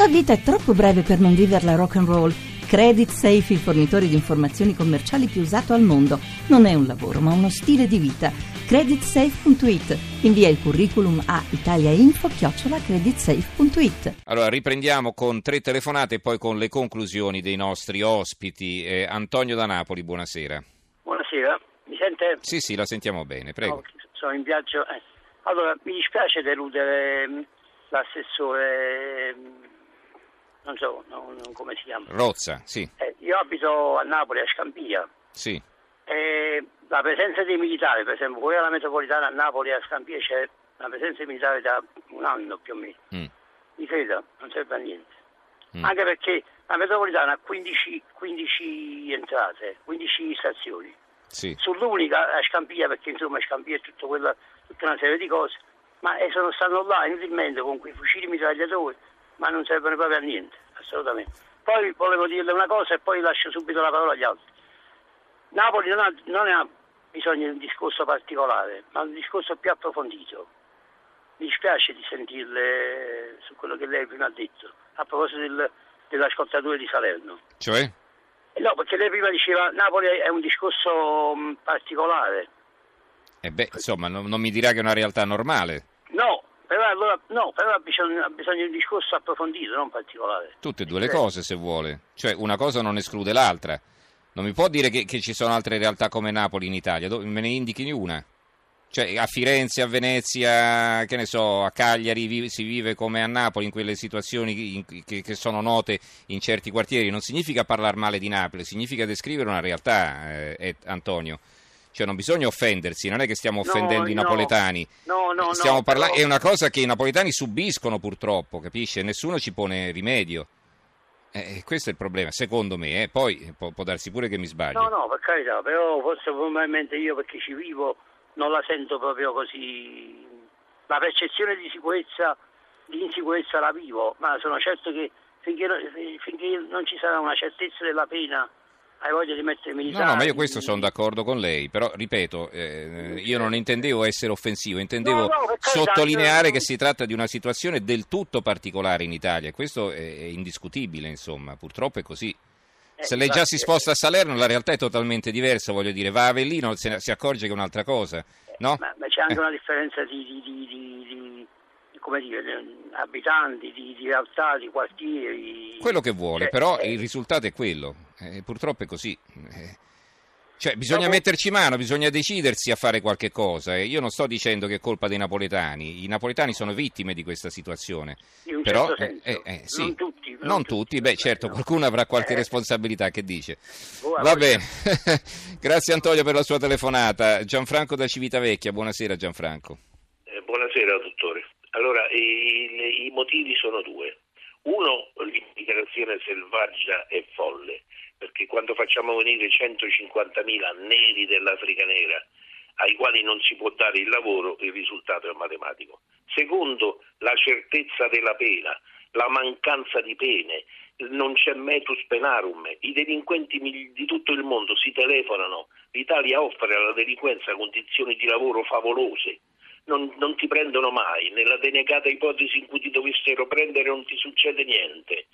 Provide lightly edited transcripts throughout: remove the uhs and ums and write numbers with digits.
La vita è troppo breve per non viverla rock and roll. Credit Safe, il fornitore di informazioni commerciali più usato al mondo. Non è un lavoro, ma uno stile di vita. Creditsafe.it. Invia il curriculum a italiainfo@creditsafe.it. Allora, riprendiamo con 3 telefonate e poi con le conclusioni dei nostri ospiti. Antonio da Napoli, buonasera. Buonasera, mi sente? Sì, la sentiamo bene, prego. No, sono in viaggio. Allora, mi dispiace deludere l'assessore, non so come si chiama. Rozza, sì. Io abito a Napoli, a Scampia. Sì. La presenza dei militari, per esempio, poi alla metropolitana a Napoli a Scampia c'è una presenza dei militari da un anno più o meno. Mi creda, non serve a niente. Anche perché la metropolitana ha 15 entrate, 15 stazioni. Sì. Sull'unica a Scampia, perché insomma Scampia è tutta una serie di cose, ma stanno là inutilmente con quei fucili mitragliatori, ma non servono proprio a niente, assolutamente. Poi volevo dirle una cosa e poi lascio subito la parola agli altri. Napoli non ha bisogno di un discorso particolare, ma un discorso più approfondito. Mi dispiace di sentirle su quello che lei prima ha detto, a proposito dell'ascoltatore di Salerno. Cioè? No, perché lei prima diceva Napoli è un discorso particolare. Insomma, non mi dirà che è una realtà normale. No, però ha bisogno di un discorso approfondito, non particolare. Tutte e due le cose, se vuole. Cioè, una cosa non esclude l'altra. Non mi può dire che ci sono altre realtà come Napoli in Italia. Me ne indichi una? Cioè, a Firenze, a Venezia, che ne so, a Cagliari si vive come a Napoli, in quelle situazioni che sono note in certi quartieri. Non significa parlare male di Napoli, significa descrivere una realtà, Antonio. Cioè, non bisogna offendersi, non è che stiamo offendendo i napoletani. È una cosa che i napoletani subiscono purtroppo, capisce? Nessuno ci pone rimedio. Questo è il problema, secondo me. Poi può darsi pure che mi sbaglio. No, per carità, però forse probabilmente io, perché ci vivo, non la sento proprio così. La percezione di insicurezza la vivo, ma sono certo che finché non ci sarà una certezza della pena, hai voglia di mettere militari. No, ma io questo sono d'accordo con lei, però ripeto, io non intendevo essere offensivo, intendevo sottolineare che si tratta di una situazione del tutto particolare in Italia, questo è indiscutibile, insomma, purtroppo è così. Se lei già si sposta a Salerno, la realtà è totalmente diversa, voglio dire, va a Avellino, si accorge che è un'altra cosa, no? Ma c'è anche una differenza come dire, abitanti, di realtà, di quartieri. Quello che vuole, però il risultato è quello, purtroppo è così. Cioè, bisogna metterci mano, bisogna decidersi a fare qualche cosa. Io non sto dicendo che è colpa dei napoletani, i napoletani sono vittime di questa situazione. In un però, certo senso. sì, non tutti, certo, no. Qualcuno avrà qualche responsabilità, che dice. Va bene, grazie Antonio per la sua telefonata. Gianfranco da Civitavecchia, buonasera Gianfranco. Buonasera dottore. Allora, i motivi sono due. Uno, l'immigrazione selvaggia e folle, perché quando facciamo venire 150.000 neri dell'Africa nera, ai quali non si può dare il lavoro, il risultato è matematico. Secondo, la certezza della pena, la mancanza di pene, non c'è metus penarum, i delinquenti di tutto il mondo si telefonano, l'Italia offre alla delinquenza condizioni di lavoro favolose. Non ti prendono mai, nella denegata ipotesi in cui ti dovessero prendere non ti succede niente.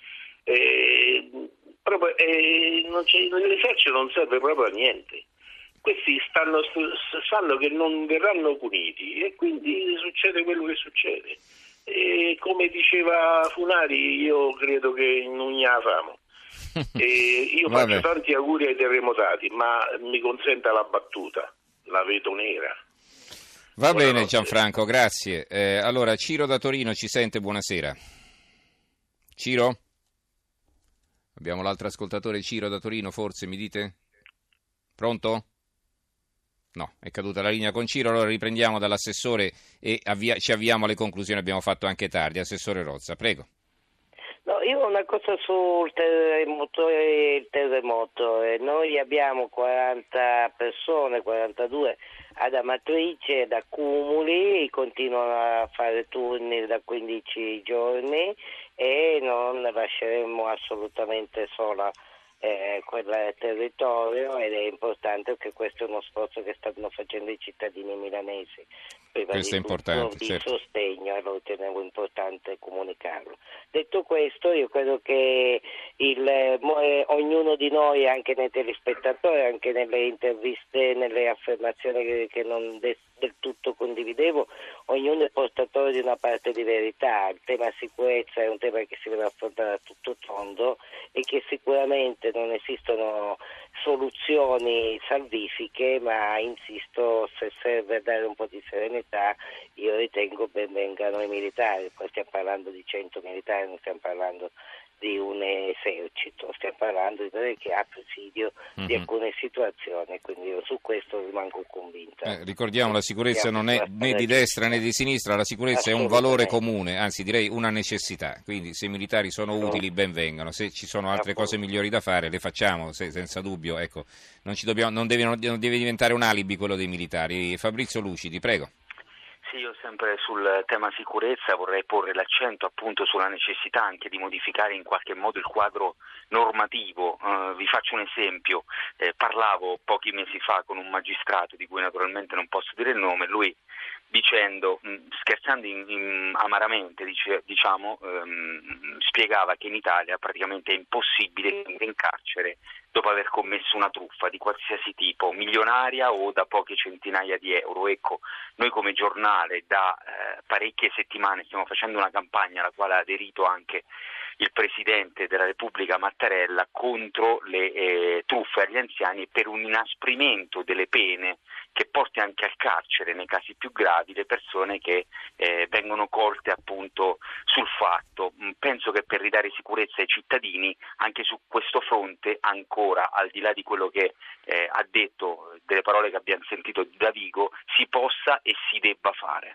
L'esercito non serve proprio a niente. Questi sanno che non verranno puniti e quindi succede quello che succede. E come diceva Funari, io credo che non ne ha famo. Io faccio tanti auguri ai terremotati, ma mi consenta la battuta, la vedo nera. Va bene Gianfranco, grazie. Allora, Ciro da Torino ci sente, buonasera. Ciro? Abbiamo l'altro ascoltatore, Ciro da Torino, forse, mi dite? Pronto? No, è caduta la linea con Ciro, allora riprendiamo dall'assessore e ci avviamo alle conclusioni, abbiamo fatto anche tardi. Assessore Rozza, prego. No, io ho una cosa sul terremoto e il terremoto. Noi abbiamo 40 persone, 42 ad Amatrice, ad Accumuli, continuano a fare turni da 15 giorni e non lasceremo assolutamente sola quel territorio, ed è importante perché questo è uno sforzo che stanno facendo i cittadini milanesi. prima Questo di è tutto importante, di certo. sostegno, e lo ritenevo importante comunicarlo. Detto questo, io credo che ognuno di noi, anche nei telespettatori, anche nelle interviste, nelle affermazioni che non del tutto condividevo, ognuno è portatore di una parte di verità. Il tema sicurezza è un tema che si deve affrontare a tutto tondo e che sicuramente non esistono soluzioni salvifiche, ma insisto, se serve dare un po' di serenità, io ritengo ben vengano i militari. Poi stiamo parlando di 100 militari, non stiamo parlando di un esercito, stiamo parlando di quelli che ha presidio di alcune situazioni, quindi io su questo rimango convinta. Ricordiamo, la sicurezza non è né di destra né di sinistra, la sicurezza è un valore comune, anzi direi una necessità, quindi se i militari sono utili ben vengano, se ci sono altre cose migliori da fare le facciamo, senza dubbio, ecco, non deve diventare un alibi quello dei militari. Fabrizio Lucidi, prego. Sì, io sempre sul tema sicurezza vorrei porre l'accento appunto sulla necessità anche di modificare in qualche modo il quadro normativo. Vi faccio un esempio, parlavo pochi mesi fa con un magistrato di cui naturalmente non posso dire il nome, lui dicendo, scherzando amaramente, spiegava che in Italia praticamente è impossibile andare in carcere dopo aver commesso una truffa di qualsiasi tipo, milionaria o da poche centinaia di euro. Ecco, noi come giornale da parecchie settimane stiamo facendo una campagna alla quale ha aderito anche il Presidente della Repubblica Mattarella contro le truffe agli anziani e per un inasprimento delle pene che porti anche al carcere nei casi più gravi le persone che vengono colte appunto sul fatto. Penso che per ridare sicurezza ai cittadini anche su questo fronte ancora, al di là di quello che ha detto, delle parole che abbiamo sentito da Vigo, si possa e si debba fare.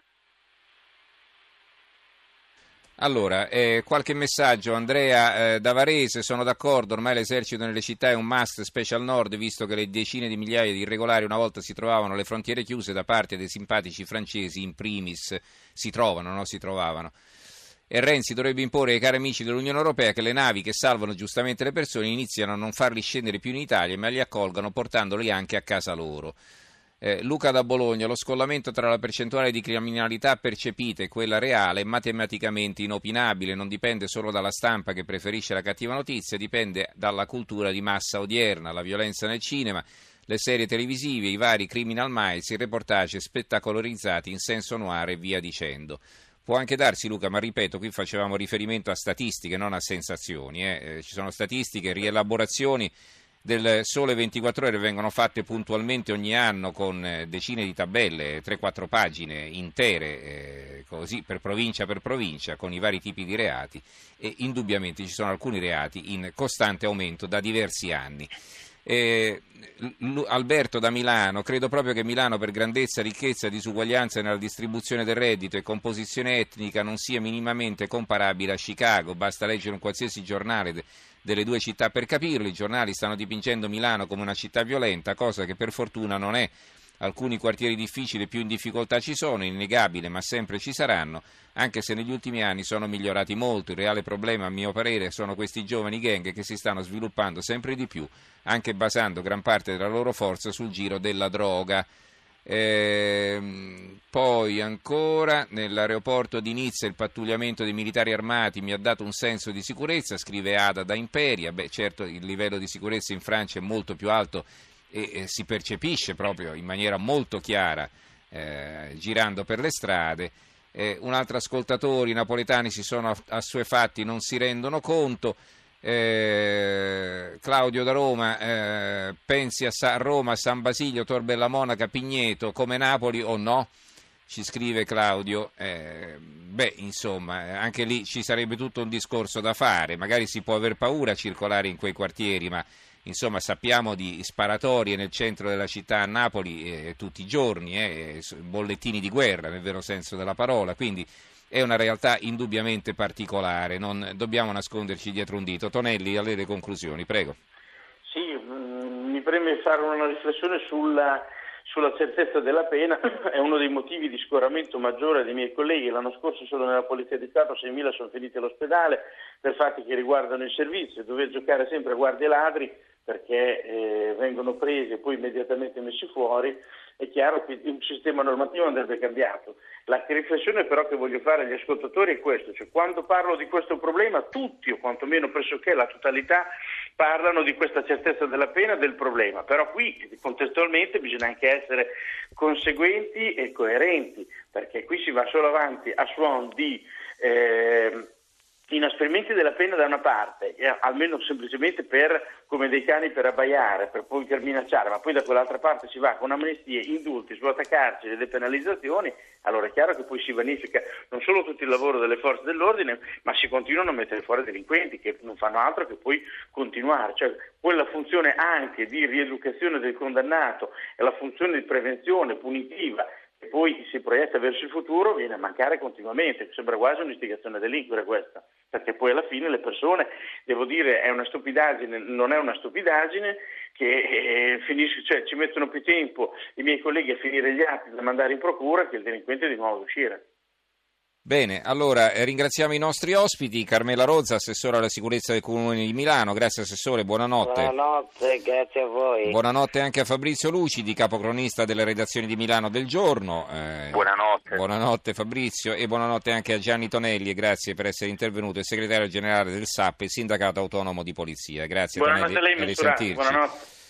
Allora, qualche messaggio. Andrea da Varese, sono d'accordo, ormai l'esercito nelle città è un must, specie al nord, visto che le decine di migliaia di irregolari una volta si trovavano alle frontiere chiuse da parte dei simpatici francesi, in primis si trovavano. E Renzi dovrebbe imporre ai cari amici dell'Unione Europea che le navi che salvano giustamente le persone iniziano a non farli scendere più in Italia, ma li accolgano portandoli anche a casa loro. Luca da Bologna, lo scollamento tra la percentuale di criminalità percepita e quella reale è matematicamente inopinabile, non dipende solo dalla stampa che preferisce la cattiva notizia, dipende dalla cultura di massa odierna, la violenza nel cinema, le serie televisive, i vari criminal minds, i reportage spettacolarizzati in senso noir e via dicendo. Può anche darsi, Luca, ma ripeto, qui facevamo riferimento a statistiche, non a sensazioni. Ci sono statistiche, rielaborazioni del Sole 24 Ore vengono fatte puntualmente ogni anno con decine di tabelle, 3-4 pagine intere, così per provincia, con i vari tipi di reati, e indubbiamente ci sono alcuni reati in costante aumento da diversi anni. Alberto da Milano, credo proprio che Milano per grandezza, ricchezza, disuguaglianza nella distribuzione del reddito e composizione etnica non sia minimamente comparabile a Chicago, basta leggere un qualsiasi giornale delle due città per capirlo. I giornali stanno dipingendo Milano come una città violenta, cosa che per fortuna non è. Alcuni quartieri difficili più in difficoltà ci sono, innegabile, ma sempre ci saranno, anche se negli ultimi anni sono migliorati molto. Il reale problema, a mio parere, sono questi giovani gang che si stanno sviluppando sempre di più, anche basando gran parte della loro forza sul giro della droga. Poi ancora, nell'aeroporto di Nizza il pattugliamento dei militari armati mi ha dato un senso di sicurezza, scrive Ada da Imperia. Certo, il livello di sicurezza in Francia è molto più alto e si percepisce proprio in maniera molto chiara girando per le strade. Un altro ascoltatore, i napoletani si sono assuefatti, non si rendono conto. Claudio da Roma, pensi a Roma, San Basilio, Tor Bella Monaca, Pigneto come Napoli o no? Ci scrive Claudio. Insomma, anche lì ci sarebbe tutto un discorso da fare, magari si può aver paura a circolare in quei quartieri, ma insomma sappiamo di sparatorie nel centro della città a Napoli tutti i giorni, bollettini di guerra nel vero senso della parola, quindi è una realtà indubbiamente particolare, non dobbiamo nasconderci dietro un dito. Tonelli, a lei le conclusioni, prego. Sì, mi preme fare una riflessione sulla certezza della pena. È uno dei motivi di scoramento maggiore dei miei colleghi. L'anno scorso solo nella Polizia di Stato 6.000 sono finiti all'ospedale per fatti che riguardano il servizio, dover giocare sempre a guardie ladri perché vengono presi e poi immediatamente messi fuori, è chiaro che un sistema normativo andrebbe cambiato. La riflessione però che voglio fare agli ascoltatori è questo, cioè quando parlo di questo problema tutti, o quantomeno pressoché la totalità, parlano di questa certezza della pena del problema, però qui contestualmente bisogna anche essere conseguenti e coerenti, perché qui si va solo avanti a suon di inasprimenti della pena da una parte, almeno semplicemente come dei cani per abbaiare, per minacciare, ma poi da quell'altra parte si va con amnistie, indulti, svuotacarceri e depenalizzazioni. Allora è chiaro che poi si vanifica non solo tutto il lavoro delle forze dell'ordine, ma si continuano a mettere fuori delinquenti che non fanno altro che poi continuare, cioè quella funzione anche di rieducazione del condannato e la funzione di prevenzione punitiva che poi si proietta verso il futuro viene a mancare continuamente. Sembra quasi un'istigazione a delinquere questa, perché poi alla fine le persone, devo dire, è una stupidaggine, non è una stupidaggine che finisce, cioè ci mettono più tempo i miei colleghi a finire gli atti da mandare in procura che il delinquente di nuovo uscire. Bene, allora ringraziamo i nostri ospiti, Carmela Rozza, assessore alla sicurezza del Comune di Milano. Grazie Assessore, buonanotte. Buonanotte, grazie a voi. Buonanotte anche a Fabrizio Lucidi, capocronista delle redazioni di Milano del Giorno. Buonanotte. Buonanotte Fabrizio e buonanotte anche a Gianni Tonelli e grazie per essere intervenuto, il segretario generale del SAP, il Sindacato Autonomo di Polizia. Grazie Buonanotte Tonelli, a lei, risentirci. Buonanotte.